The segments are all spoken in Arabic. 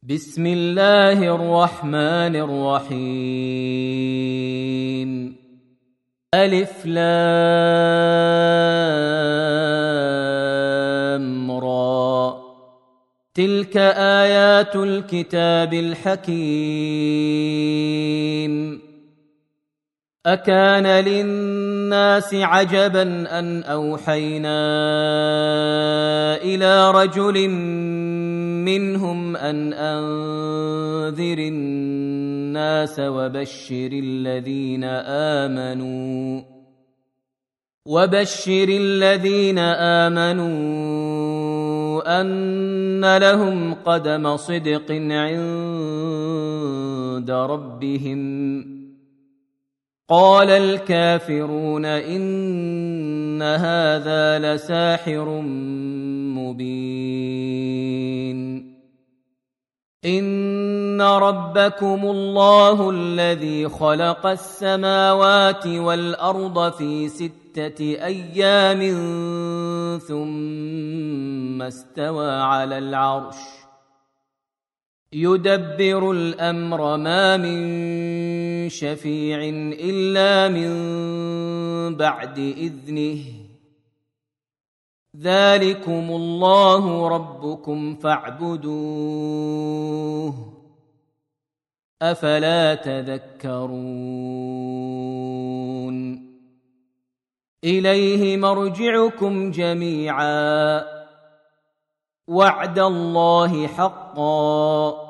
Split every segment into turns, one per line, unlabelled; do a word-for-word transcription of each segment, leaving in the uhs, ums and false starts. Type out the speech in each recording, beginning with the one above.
بسم الله الرحمن الرحيم. ألف لام را، تلك آيات الكتاب الحكيم. أكان للناس عجبا أن أوحينا إلى رجل منهم أن أنذر الناس وبشر الذين آمنوا وبشر الذين آمنوا أن لهم قدم صدق عند ربهم. قال الكافرون إن هذا لساحر مبين. إن ربكم الله الذي خلق السماوات والأرض في ستة أيام ثم استوى على العرش يدبر الأمر، ما من شفيع إلا من بعد إذنه. ذلكم الله ربكم فاعبدوه، أفلا تذكرون. إليه مرجعكم جميعا، وعد الله حقا.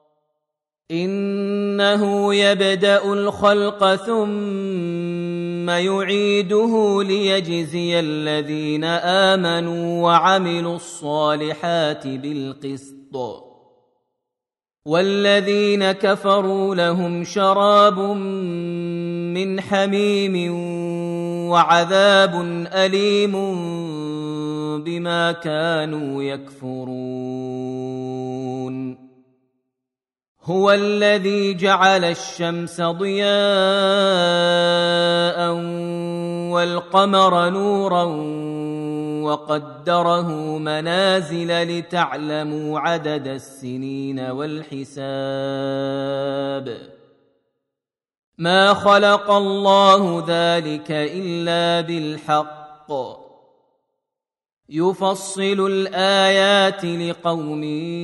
إنه يبدأ الخلق ثم يعيده ليجزي الذين آمنوا وعملوا الصالحات بالقسط، والذين كفروا لهم شراب من حميم وعذاب أليم بما كانوا يكفرون. هو الذي جعل الشمس ضياء والقمر نورا وقدره منازل لتعلموا عدد السنين والحساب. ما خلق الله ذلك إلا بالحق، يفصل الآيات لقوم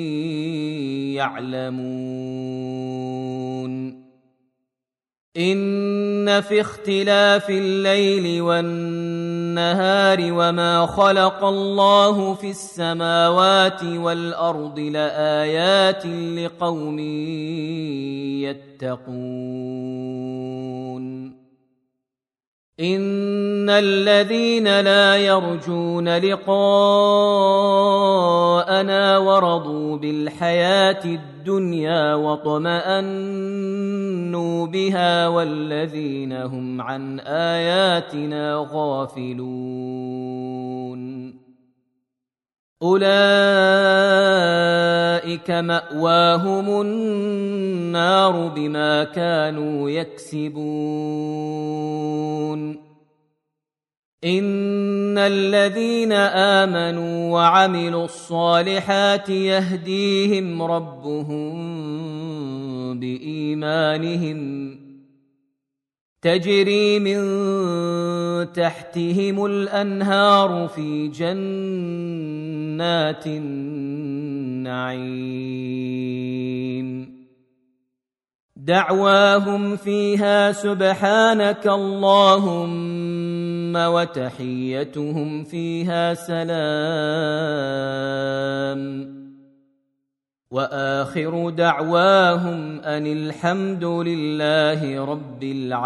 يعلمون. إن في اختلاف الليل والنهار وما خلق الله في السماوات والأرض لآيات لقوم يتقون. إن الذين لا يرجون لقاءنا ورضوا بالحياة الدنيا واطمأنوا بها والذين هم عن آياتنا غافلون أولئك مأواهم النار بما كانوا يكسبون. إن الذين آمنوا وعملوا الصالحات يهديهم ربهم بإيمانهم، تجري من تحتهم الأنهار في جنات النعيم. دعواهم فيها سبحانك اللهم وتحيتهم فيها سلام، وآخر دعواهم أن الحمد لله رب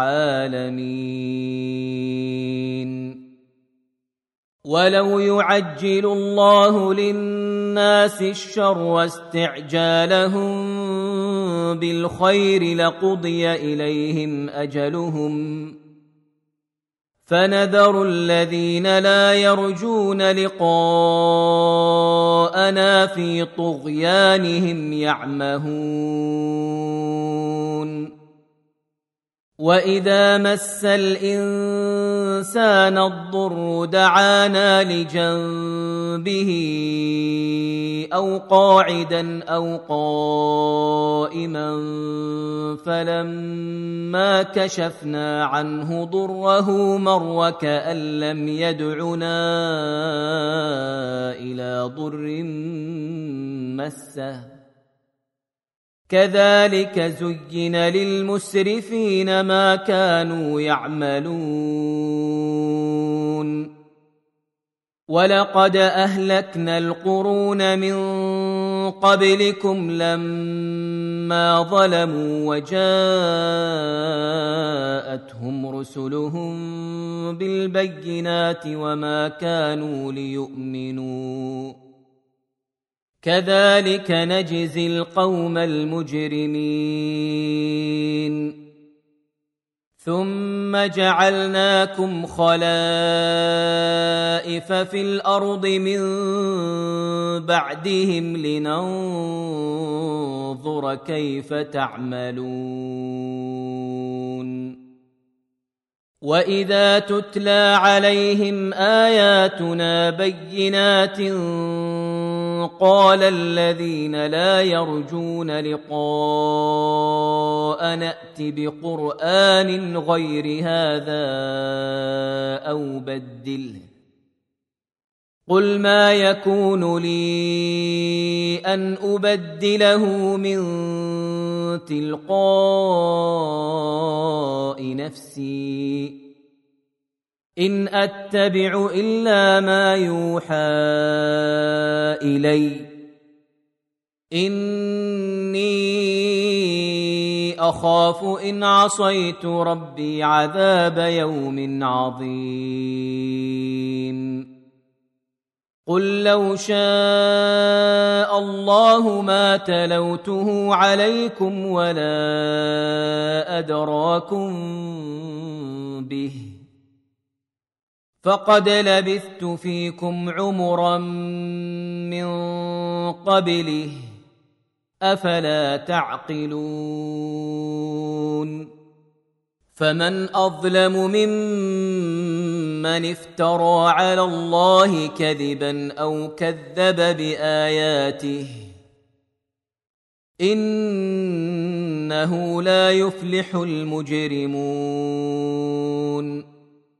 العالمين. ولو يعجل الله للناس الشر واستعجالهم بالخير لقضي إليهم أجلهم، فنذر الذين لا يرجون لقاءنا في طغيانهم يعمهون. وإذا مس الإنسان الضر دعانا لجنبه أو قاعدا أو قائما فلما كشفنا عنه ضره مر كأن لم يدعنا إلى ضر مسه كذلك زين للمسرفين ما كانوا يعملون ولقد أهلكنا القرون من قبلكم لما ظلموا وجاءتهم رسلهم بالبينات وما كانوا ليؤمنوا كذلك نجزي القوم المجرمين ثم جعلناكم خلائف في الأرض من بعدهم لننظر كيف تعملون وإذا تتلى عليهم آياتنا بينات قال الذين لا يرجون لقاء نأت بقرآن غير هذا أو بدله قل ما يكون لي أن أبدله من تلقاء نفسي إن أتبع إلا ما يوحى إلي إني أخاف إن عصيت ربي عذاب يوم عظيم قل لو شاء الله ما تلوته عليكم ولا أدراكم به فقد لبثت فيكم عمرا من قبله أفلا تعقلون فمن أظلم ممن افترى على الله كذبا أو كذب بآياته إنه لا يفلح المجرمون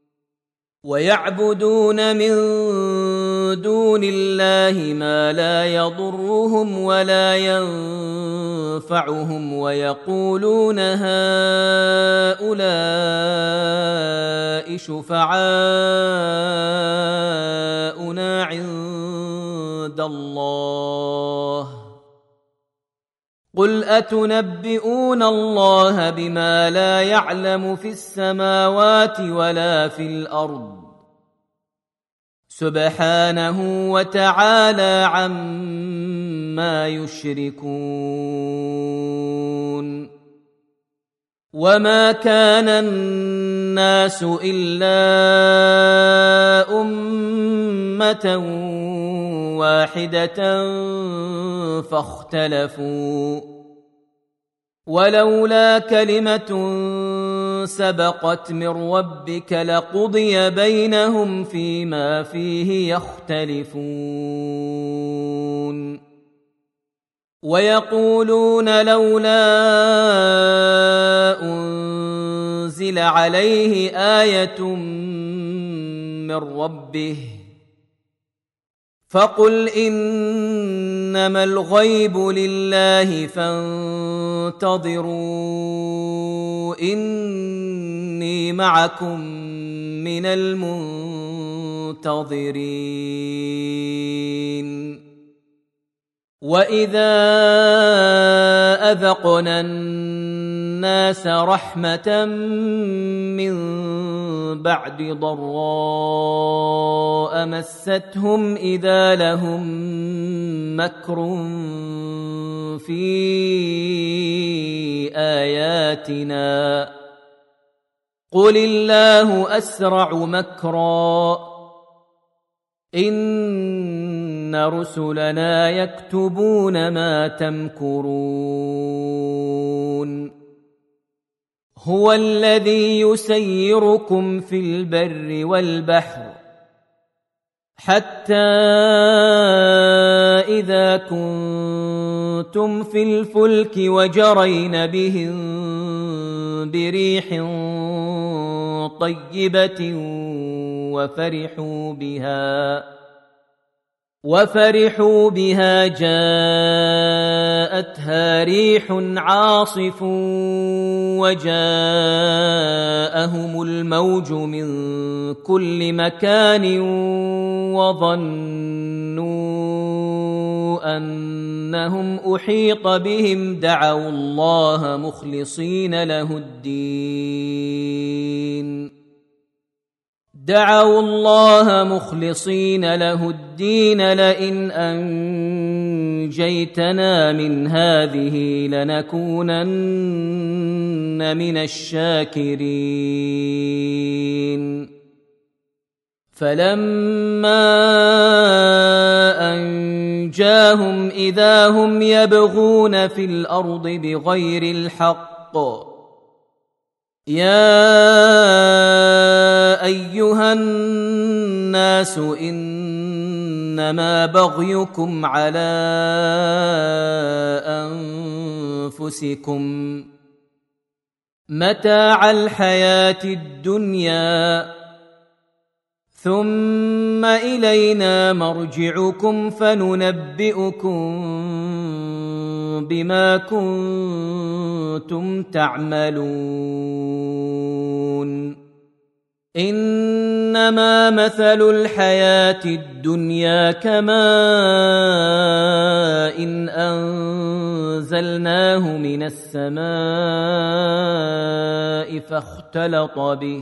ويعبدون من دون الله ما لا يضرهم ولا ينفعهم ويقولون هؤلاء شفعاؤنا عند الله قل أتنبئون الله بما لا يعلم في السماوات ولا في الأرض سبحانه وتعالى عما يشركون وما كان الناس إلا أمة واحدة فاختلفوا ولولا كلمة سبقت من ربك لقضي بينهم فيما فيه يختلفون ويقولون لولا أنزل عليه آية من ربه فقل إنما الغيب لله فانتظروا إني معكم من المنتظرين وإذا أذقنا الناس رحمة من بعد ضراء مستهم إذا لهم مكر في آياتنا قل الله أسرع مكرا إن رسلنا يكتبون ما تمكرون هو الذي يسيركم في البر والبحر حتى إذا كنتم في الفلك وجرين بهم بريح طيبة وفرحوا بها وفرحوا بها جاءتها ريح عاصف وجاءهم الموج من كل مكان وظنوا أنهم أحيط بهم دعوا الله مخلصين له الدين دعوا الله مخلصين له الدين لئن أنجيتنا من هذه لنكونن من الشاكرين فلما أنجاهم إذا هم يبغون في الأرض بغير الحق يا أيها الناس إنما بغيكم على أنفسكم متاع الحياة الدنيا ثم إلينا مرجعكم فننبئكم بما كنتم تعملون إنما مثل الحياة الدنيا كماء إن أنزلناه من السماء فاختلط به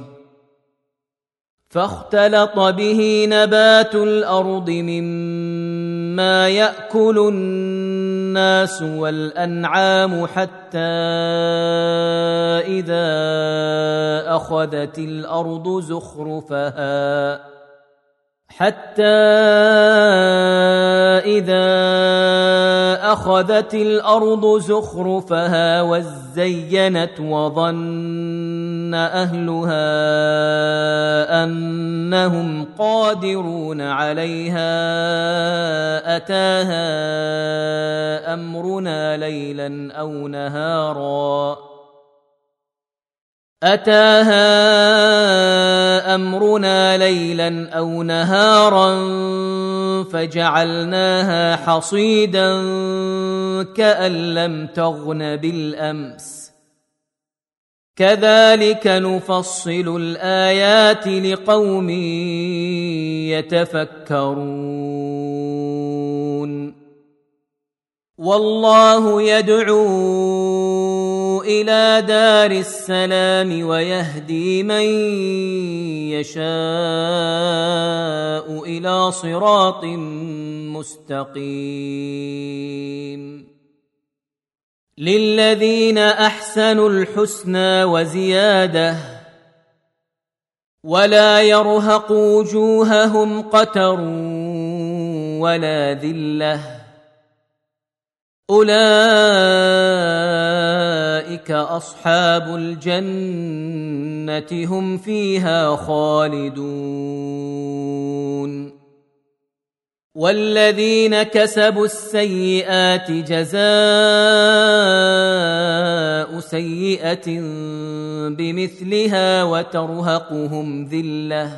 فاختلط به نبات الأرض مما يأكل الناس والأنعام حتى إذا أخذت الأرض زخرفها حتى إذا أخذت الأرض زخرفها وزينت وظن أهلها أنهم قادرون عليها أتاها أمرنا ليلا أو نهارا أتاها أمرنا ليلا أو نهارا فجعلناها حصيدا كأن لم تغن بالأمس كذلك نفصل الآيات لقوم يتفكرون والله يدعو إلى دار السلام ويهدي من يشاء إلى صراط مستقيم للذين أحسنوا الحسنى وزيادة ولا يرهق وجوههم قتر ولا ذلة أولئك أصحاب الجنة هم فيها خالدون والذين كسبوا السيئات جزاء سيئة بمثلها وترهقهم ذلة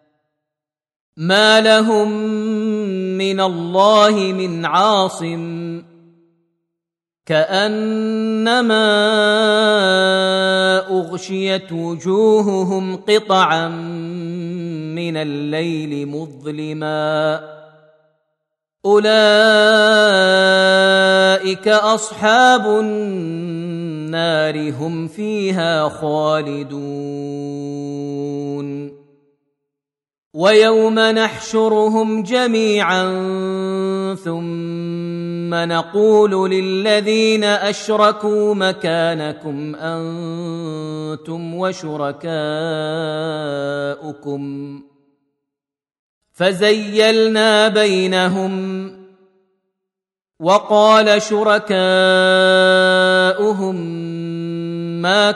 ما لهم من الله من عاصم كأنما أغشيت وجوههم قطعا من الليل مظلما أولئك أصحاب النار هم فيها خالدون ويوم نحشرهم جميعا ثم نقول للذين أشركوا مكانكم أنتم وشركاؤكم فزيلنا بينهم وقال شركاؤهم ما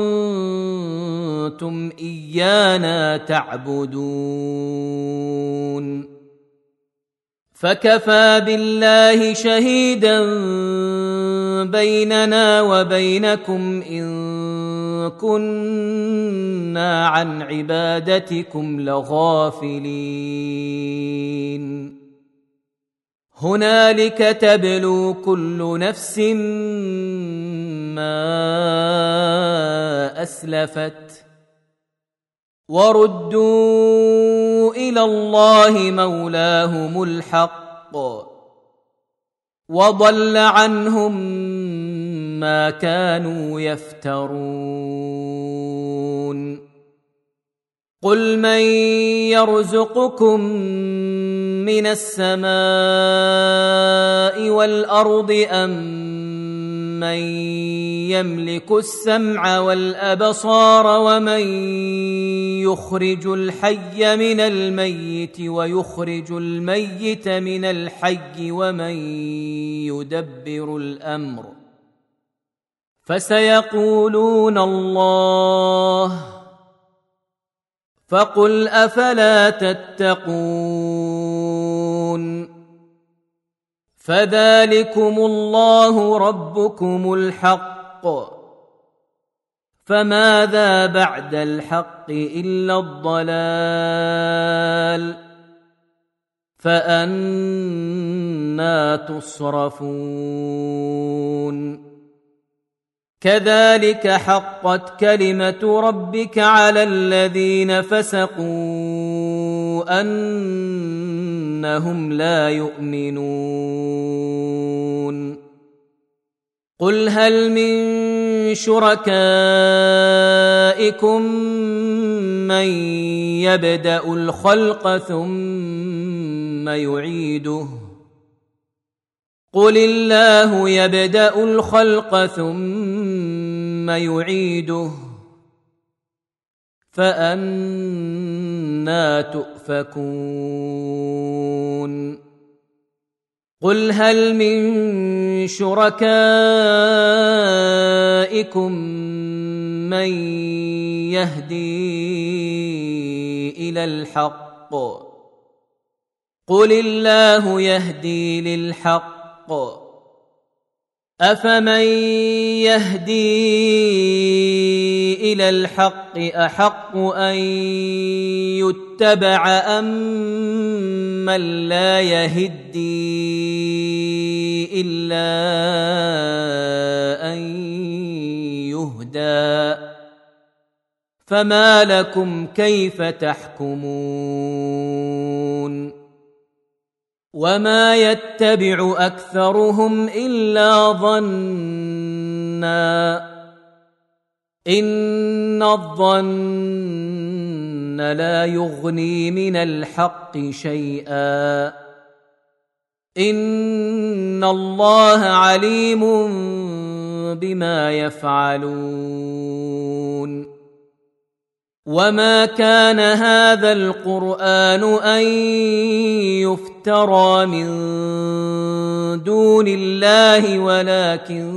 كنتم إيانا تعبدون فكفى بالله شهيدا بيننا وبينكم إن كنا عن عبادتكم لغافلين هنالك تبلو كل نفس ما أسلفت وردوا إلى الله مولاهم الحق وضل عنهم ما كانوا يفترون قل من يرزقكم من السماء والأرض أم من يملك السمع والأبصار ومن يخرج الحي من الميت ويخرج الميت من الحي ومن يدبر الأمر فسيقولون الله فقل أفلا تتقون فذلكم الله ربكم الحق فماذا بعد الحق إلا الضلال فأنى تصرفون كذلك حقت كلمة ربك على الذين فسقوا أنهم لا يؤمنون قل هل من شركائكم من يبدأ الخلق ثم يعيده قل الله يبدأ الخلق ثم يعيده فأنى تؤفكون قل هل من شركائكم من يهدي إلى الحق قل الله يهدي للحق أفمن يهدي إلى الحق أحق أن يتبع أم من لا يهدي إلا أن يهدى فما لكم كيف تحكمون وما يتبع أكثرهم إلا ظنا إن الظن لا يغني من الحق شيئا إن الله عليم بما يفعلون وما كان هذا القرآن أن يفترى من دون الله ولكن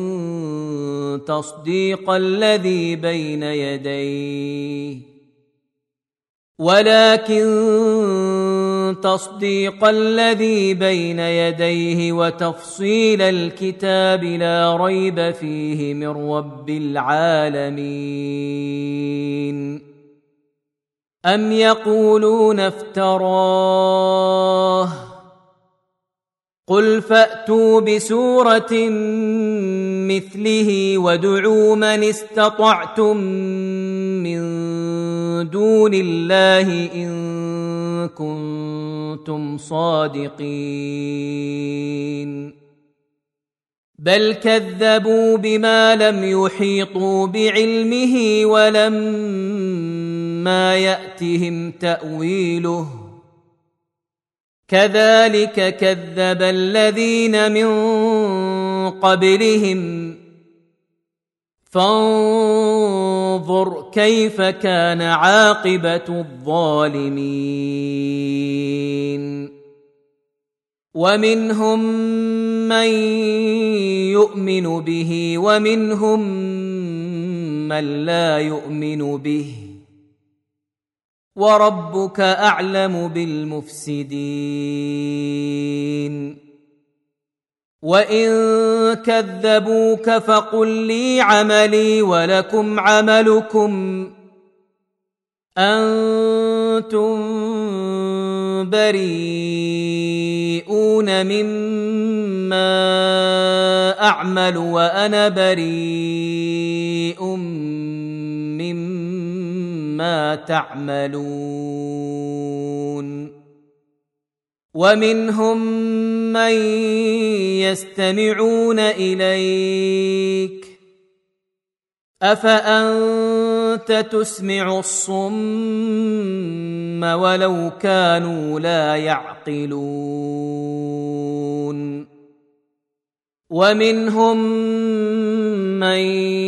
تصديق الذي بين يديه ولكن تصديق الذي بين يديه وتفصيل الكتاب لا ريب فيه من رب العالمين أم يقولون افتراه قل فأتوا بسورة مثله وادعوا من استطعتم من دون الله إن كنتم صادقين بل كذبوا بما لم يحيطوا بعلمه ولما يأتهم تأويله كذلك كذب الذين من قبلهم فانظر كيف كان عاقبة الظالمين ومنهم من يؤمن به ومنهم من لا يؤمن به وربك أعلم بالمفسدين وإن كذبوك فقل لي عملي ولكم عملكم أنتم بريئون مما أعمل وأنا بريء مما تعملون ومنهم من يستمعون إليك أفأنت تسمع الصم ولو كانوا لا يعقلون ومنهم من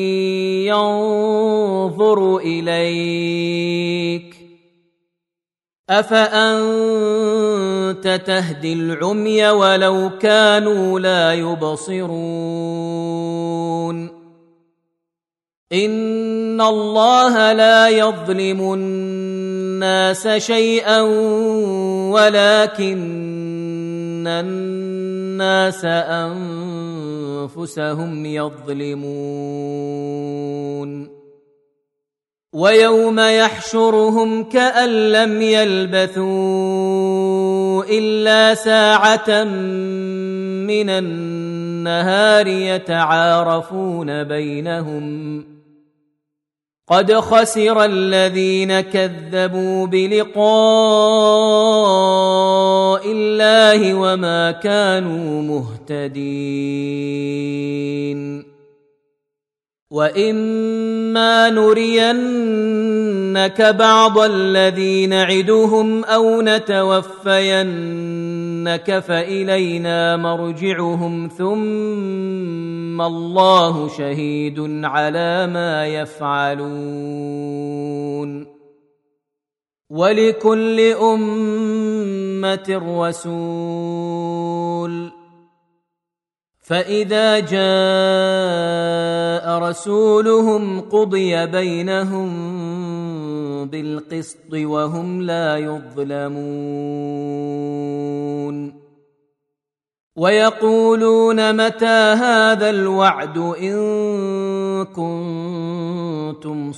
ينظر إليك أفأنت تهدي العمي ولو كانوا لا يبصرون إن الله لا يظلم الناس شيئا ولكن الناس أنفسهم يظلمون ويوم يحشرهم كأن لم يلبثوا إلا ساعة من النهار يتعارفون بينهم قد خسر الذين كذبوا بلقاء الله وما كانوا مهتدين وإما نرينك بعض الذي نعدهم أو نتوفينك فإلينا مرجعهم ثم الله شهيد على ما يفعلون ولكل أمة رسول فإذا جاء رسولهم قضي بينهم بالقسط وهم لا يظلمون ويقولون متى هذا الوعد إن كنتم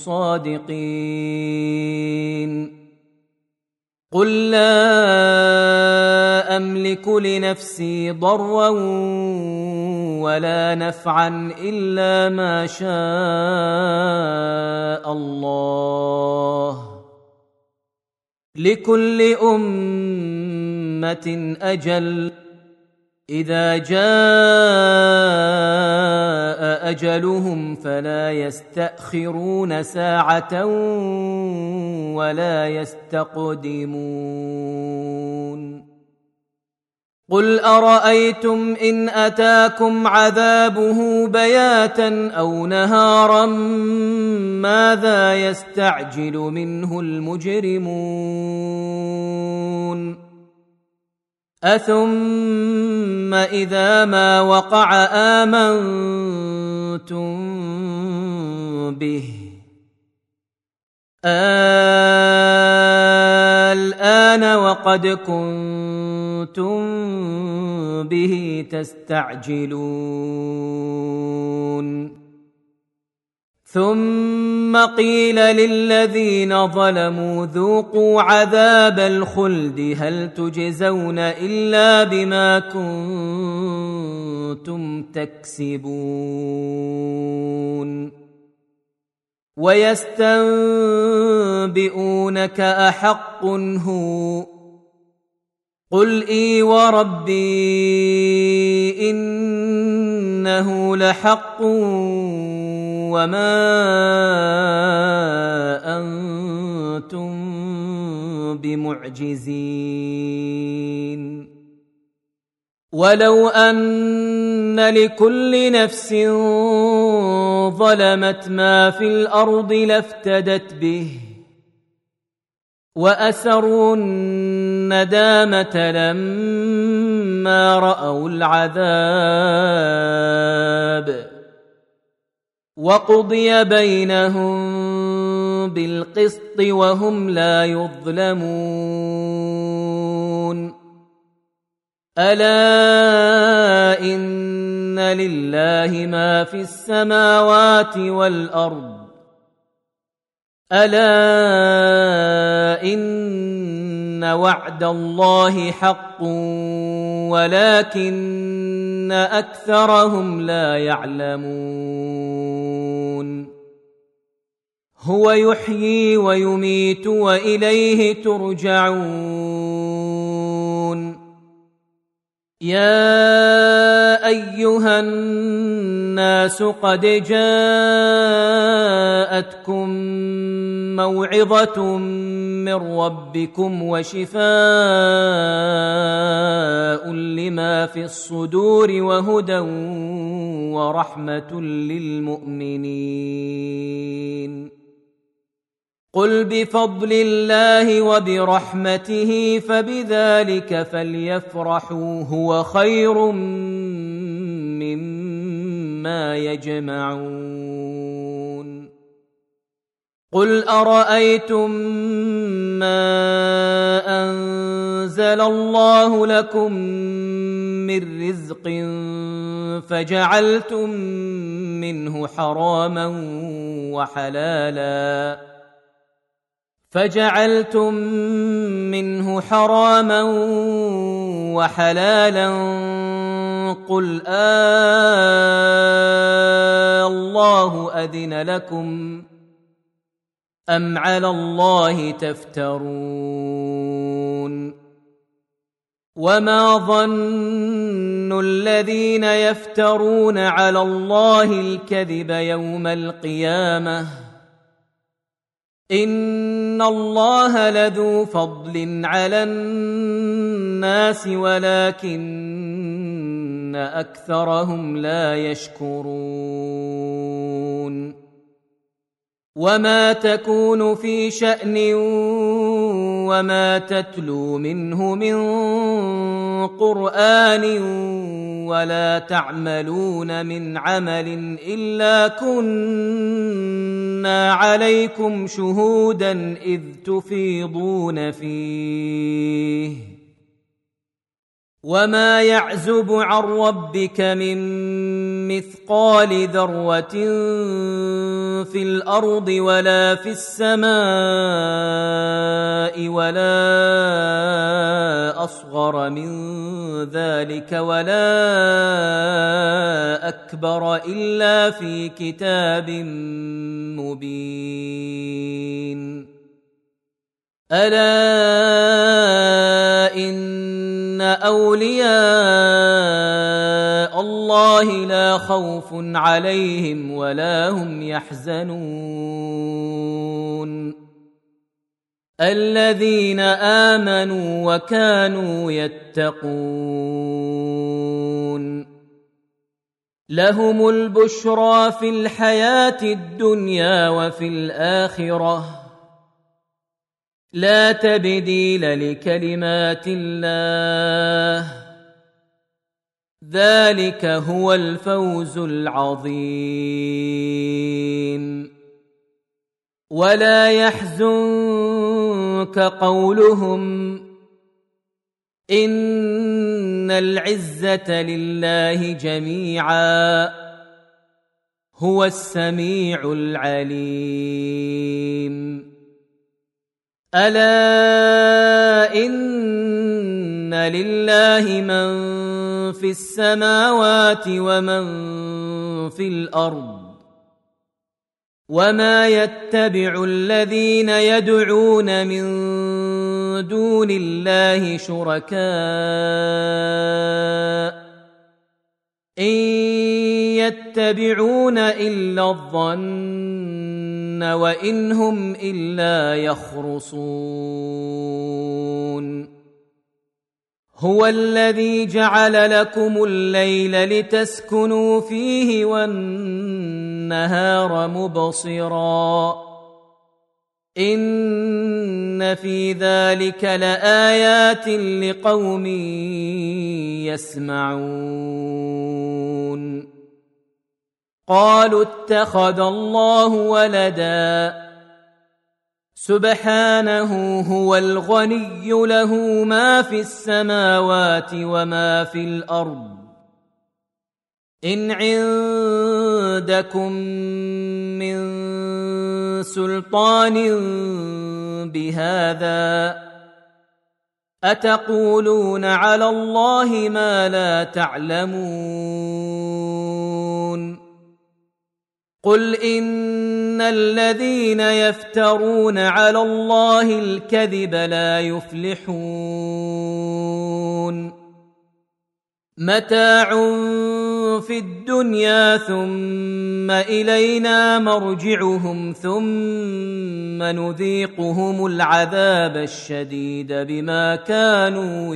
صادقين قل لا أملك لنفسي ضرا ولا نفعا إلا ما شاء الله لكل أمة أجل إذا جاء أجلهم فلا يستأخرون ساعة ولا يستقدمون قل أرأيتم إن أتاكم عذابه بياتا أو نهارا ماذا يستعجل منه المجرمون أثم إذا ما وقع آمنتم به الآن وقد كنتم به تستعجلون ثم قيل للذين ظلموا ذوقوا عذاب الخلد هل تجزون إلا بما كنتم تكسبون ويستنبئونك أحق هو قل إي وربي إنه لحق وما أنتم بمعجزين ولو أن لكل نفس ظلمت ما في الأرض لافتدت به وأسروا الندامة لما رأوا العذاب وقضي بينهم بالقسط وهم لا يظلمون ألا إن لله ما في السماوات والأرض ألا إن وعد الله حق ولكن أكثرهم لا يعلمون هو يحيي ويميت وإليه ترجعون يا أيها الناس قد جاءتكم موعظة من ربكم وشفاء لما في الصدور وهدى ورحمة للمؤمنين قل بفضل الله وبرحمته فبذلك فليفرحوا هو خير مما يجمعون قل أرأيتم ما أنزل الله لكم من رزق فجعلتم منه حراما وحلالا فجعلتم منه حراما وحلالا قل آه الله أذن لكم أم على الله تفترون وما ظن الذين يفترون على الله الكذب يوم القيامة إن الله لذو فضل على الناس ولكن أكثرهم لا يشكرون وما تكون في شأن وما تتلو منه من قرآن ولا تعملون من عمل إلا كنا عليكم شهودا إذ تفيضون فيه وما يعزب عن ربك من مثقال ذرة في الأرض ولا في السماء ولا أصغر من ذلك ولا أكبر إلا في كتاب مبين ألا إن أولياء الله لا خوف عليهم ولا هم يحزنون الذين آمنوا وكانوا يتقون لهم البشرى في الحياة الدنيا وفي الآخرة لا تبديل لكلمات الله ذلك هو الفوز العظيم ولا يحزنك قولهم إن العزة لله جميعا هو السميع العليم ألا إن لله من في السماوات ومن في الأرض وما يتبع الذين يدعون من دون الله شركاء إن يتبعون إلا الظن وإن هم إلا يخرصون هو الذي جعل لكم الليل لتسكنوا فيه والنهار مبصرا إن في ذلك لآيات لقوم يسمعون قالوا اتخذ الله ولدا سبحانه هو الغني له ما في السماوات وما في الأرض إن عندكم من سلطان بهذا أتقولون على الله ما لا تعلمون قل إن الذين يفترون على الله الكذب لا يفلحون متاع في الدنيا ثم إلينا مرجعهم ثم نذيقهم العذاب الشديد بما كانوا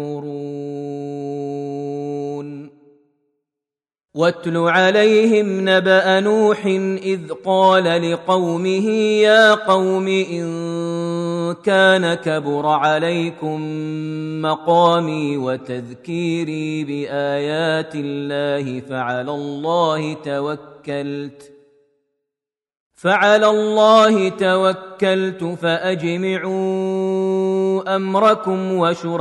يكفرون واتل عليهم نبأ نوح إذ قال لقومه يا قوم إن كان كبر عليكم مقامي وتذكيري بآيات الله فعلى الله توكلت فعلى الله توكلت فأجمعوا أمركم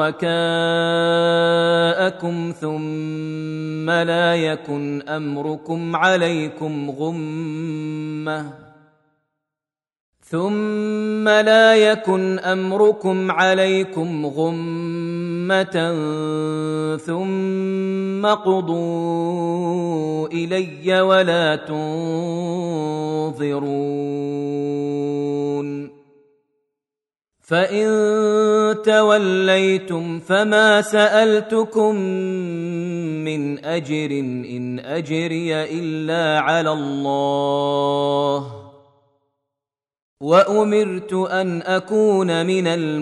وشركاءكم ثم لا يكن أمركم عليكم غمة ثم لا يكن أمركم عليكم غمة ثم قضوا إلي ولا تنظرون فإن توليتم فما سألتكم من أجر إن أجري إلا على الله وأمرت أن أكون من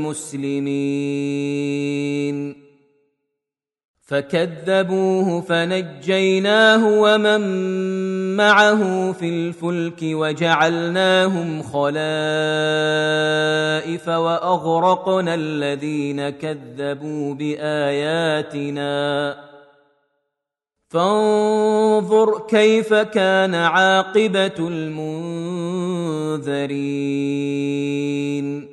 المسلمين فكذبوه فنجيناه ومن معه في الفلك وجعلناهم خلائف وأغرقنا الذين كذبوا بآياتنا فانظر كيف كان عاقبة المنذرين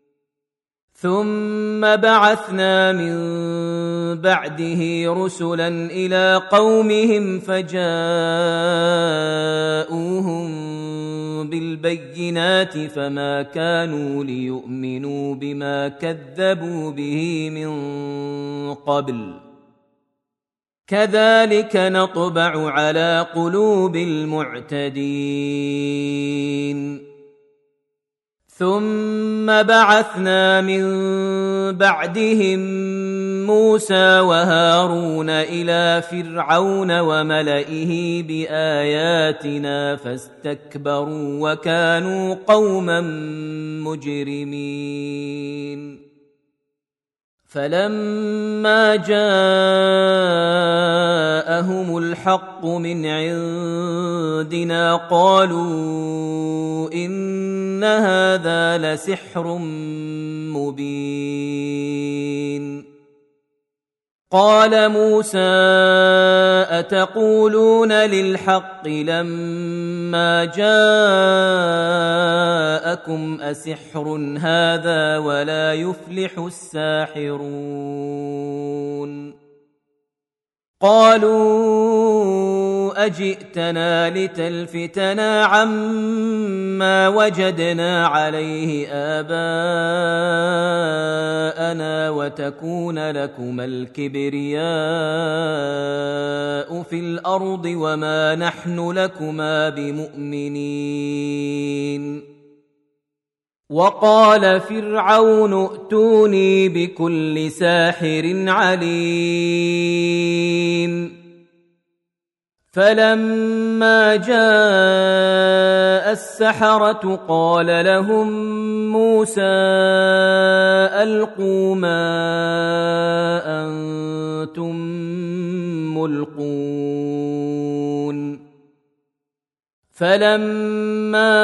ثم بعثنا من بعده رسلا إلى قومهم فجاءوهم بالبينات فما كانوا ليؤمنوا بما كذبوا به من قبل كذلك نطبع على قلوب المعتدين ثم بعثنا من بعدهم موسى وهارون إلى فرعون وملئه بآياتنا فاستكبروا وكانوا قوما مجرمين فلما جاءهم الحق من عندنا قالوا إن هذا لسحر مبين قال موسى أتقولون للحق لما جاءكم أسحر هذا ولا يفلح الساحرون قالوا أجئتنا لتلفتنا عما وجدنا عليه آباءنا وتكون لكما الكبرياء في الأرض وما نحن لكما بمؤمنين وقال فرعون ائتوني بكل ساحر عليم فلما جاء السحرة قال لهم موسى ألقوا ما أنتم ملقون فلما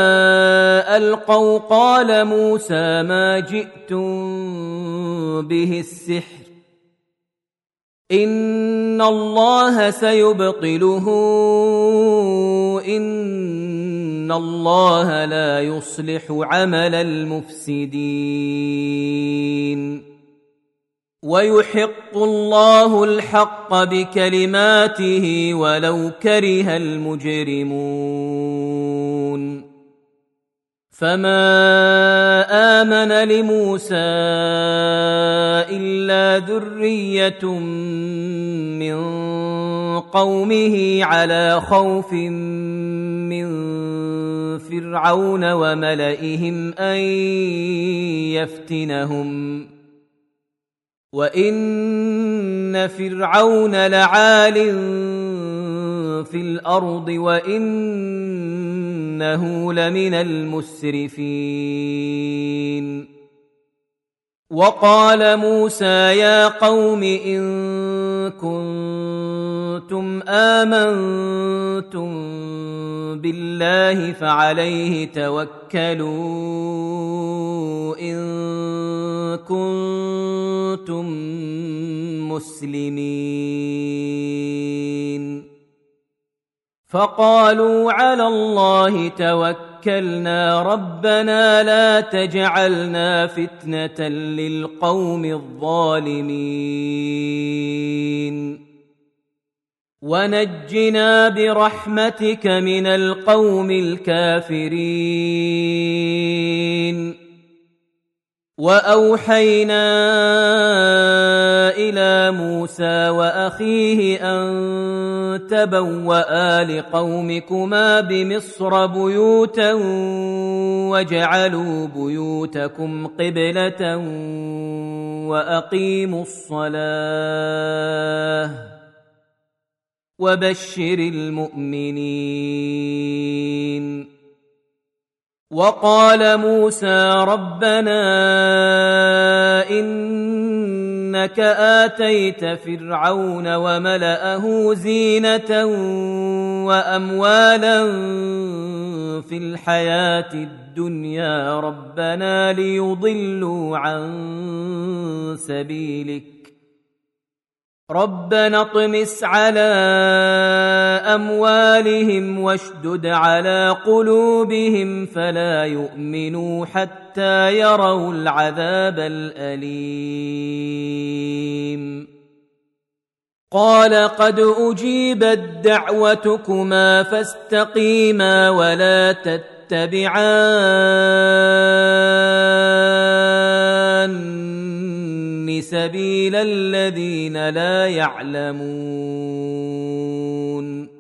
ألقوا قال موسى ما جئتم به السحر إن الله سيبطله إن الله لا يصلح عمل المفسدين ويحق الله الحق بكلماته ولو كره المجرمون فما آمن لموسى إلا ذرية من قومه على خوف من فرعون وملئهم أن يفتنهم وإن فرعون لعال في الأرض وإنه لمن المسرفين وقال موسى يا قوم إن كنتم آمنتم بالله فعليه توكلوا إن كنتم مسلمين فقالوا على الله توكلنا ربنا لا تجعلنا فتنة للقوم الظالمين ونجنا برحمتك من القوم الكافرين وأوحينا إلى موسى وأخيه أن تبوأ لقومكما بمصر بيوتا واجعلوا بيوتكم قبلة وأقيموا الصلاة وبشر المؤمنين وقال موسى ربنا إنك آتيت فرعون وملأه زينة وأموالا في الحياة الدنيا ربنا ليضلوا عن سبيلك ربنا اطمس على أموالهم واشدد على قلوبهم فلا يؤمنوا حتى يروا العذاب الأليم قال قد أجيبت دعوتكما فاستقيما ولا تتبعان سبيل الذين لا يعلمون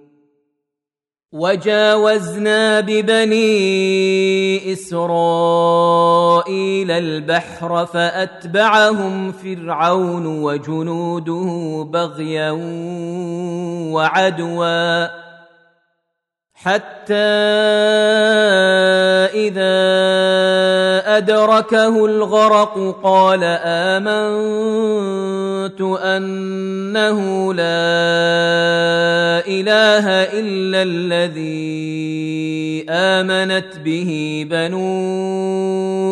وجاوزنا ببني إسرائيل البحر فأتبعهم فرعون وجنوده بغيا وعدوا حتى إذا أدركه الغرق قال آمنت أنه لا إله إلا الذي آمنت به بنو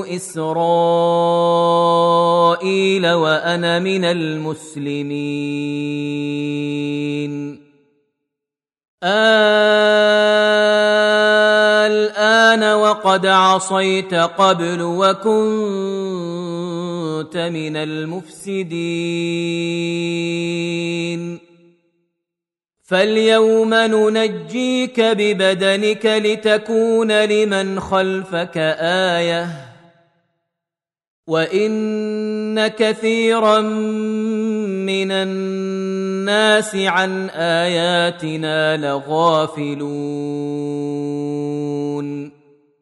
إسرائيل وأنا من المسلمين الآن وقد عصيت قبل وكنت من المفسدين فاليوم ننجيك ببدنك لتكون لمن خلفك آية وإن كثيرا من الناس عن آياتنا لغافلون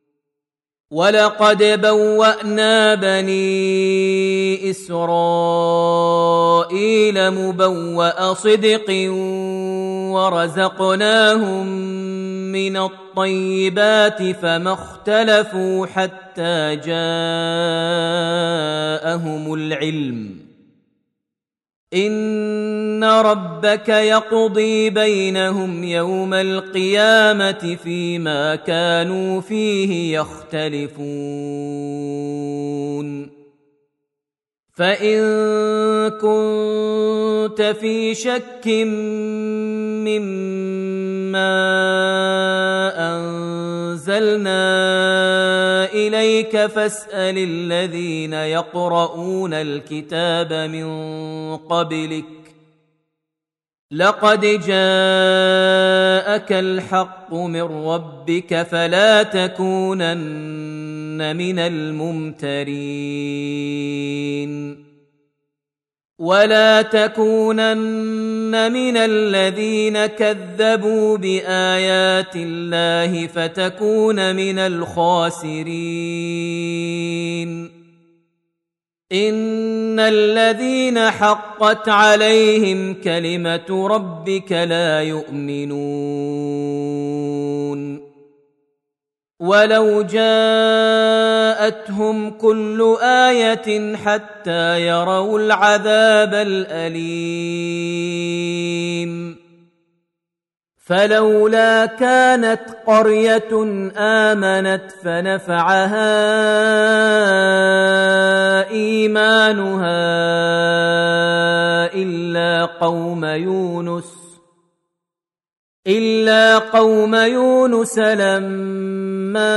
ولقد بوأنا بني إسرائيل مبوأ صدق ورزقناهم من الطيبات فما اختلفوا حتى جاءهم العلم إن ربك يقضي بينهم يوم القيامة فيما كانوا فيه يختلفون فإن كنت في شك مما أنزلنا إليك فاسأل الذين يقرؤون الكتاب من قبلك لقد جاءك الحق من ربك فلا تكونن من الممترين ولا تكونن من الذين كذبوا بآيات الله فتكون من الخاسرين إن الذين حقت عليهم كلمة ربك لا يؤمنون ولو جاءتهم كل آية حتى يروا العذاب الأليم فلولا كانت قرية آمنت فنفعها إيمانها إلا قوم يونس إلا قوم يونس لما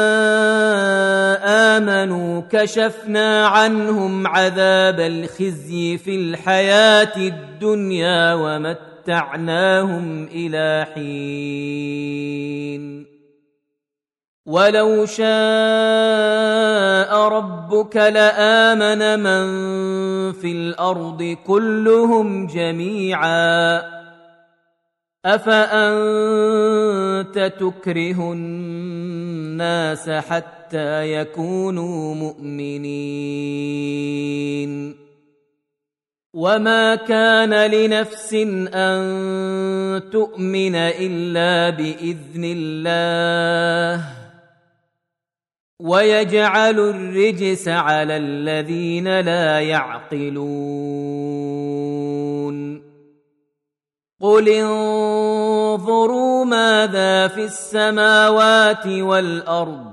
آمنوا كشفنا عنهم عذاب الخزي في الحياة الدنيا ومتعناهم إلى حين ولو شاء ربك لآمن من في الأرض كلهم جميعا أفأنت تكره الناس حتى يكونوا مؤمنين وما كان لنفس أن تؤمن إلا بإذن الله ويجعل الرجس على الذين لا يعقلون قل انظروا ماذا في السماوات والأرض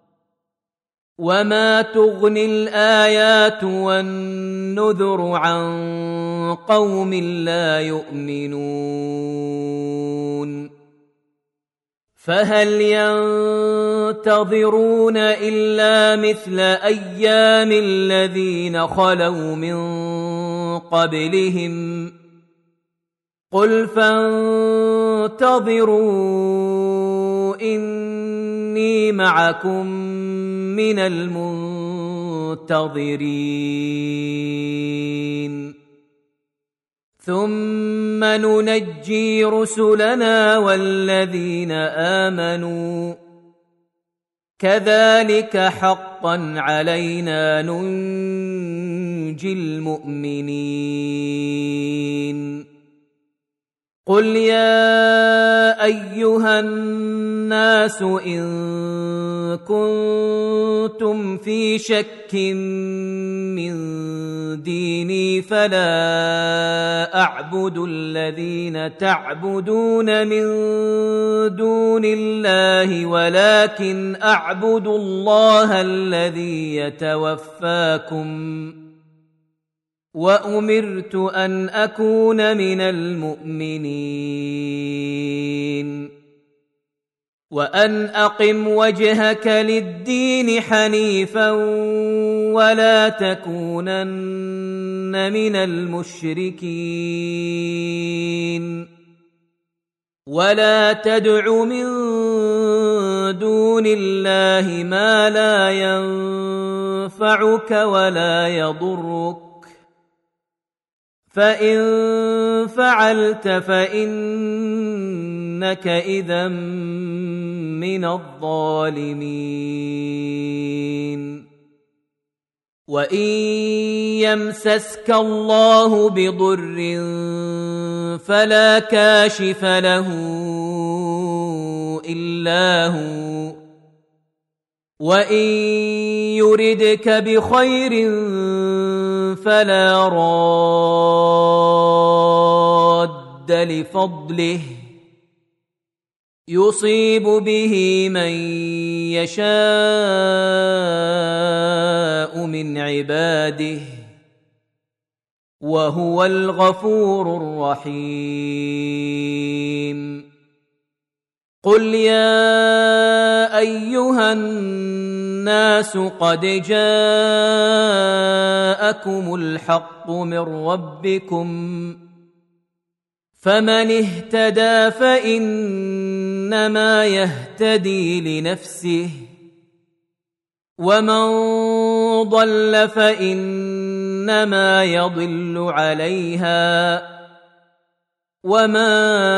وما تغني الآيات والنذر عن قوم لا يؤمنون فهل ينتظرون إلا مثل أيام الذين خلوا من قبلهم قل فانتظروا إني معكم من المنتظرين ثم ننجي رسلنا والذين آمنوا كذلك حقا علينا ننجي المؤمنين قل يا أيها الناس إن كنتم في شك من ديني فلا أعبد الذين تعبدون من دون الله ولكن أعبد الله الذي يتوفاكم وأمرت أن أكون من المؤمنين وأن أقم وجهك للدين حنيفا ولا تكونن من المشركين ولا تدع من دون الله ما لا ينفعك ولا يضرك فإن فعلت فإنك إذا من الظالمين وإن يمسسك الله بضر فلا كاشف له إلا هو وإن يردك بخير فلا راد لفضله يصيب به من يشاء من عباده وهو الغفور الرحيم. قل يا أيها الناس قد جاءكم الحق من ربكم فمن اهتدى فإنما يهتدي لنفسه ومن ضل فإنما يضل عليها وما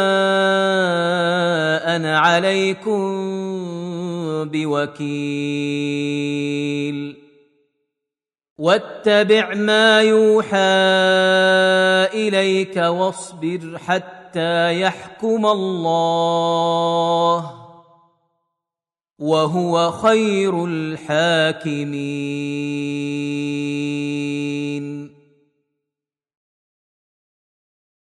أنا عليكم بوكيل. واتبع ما يوحى إليك واصبر حتى يحكم الله وهو خير الحاكمين.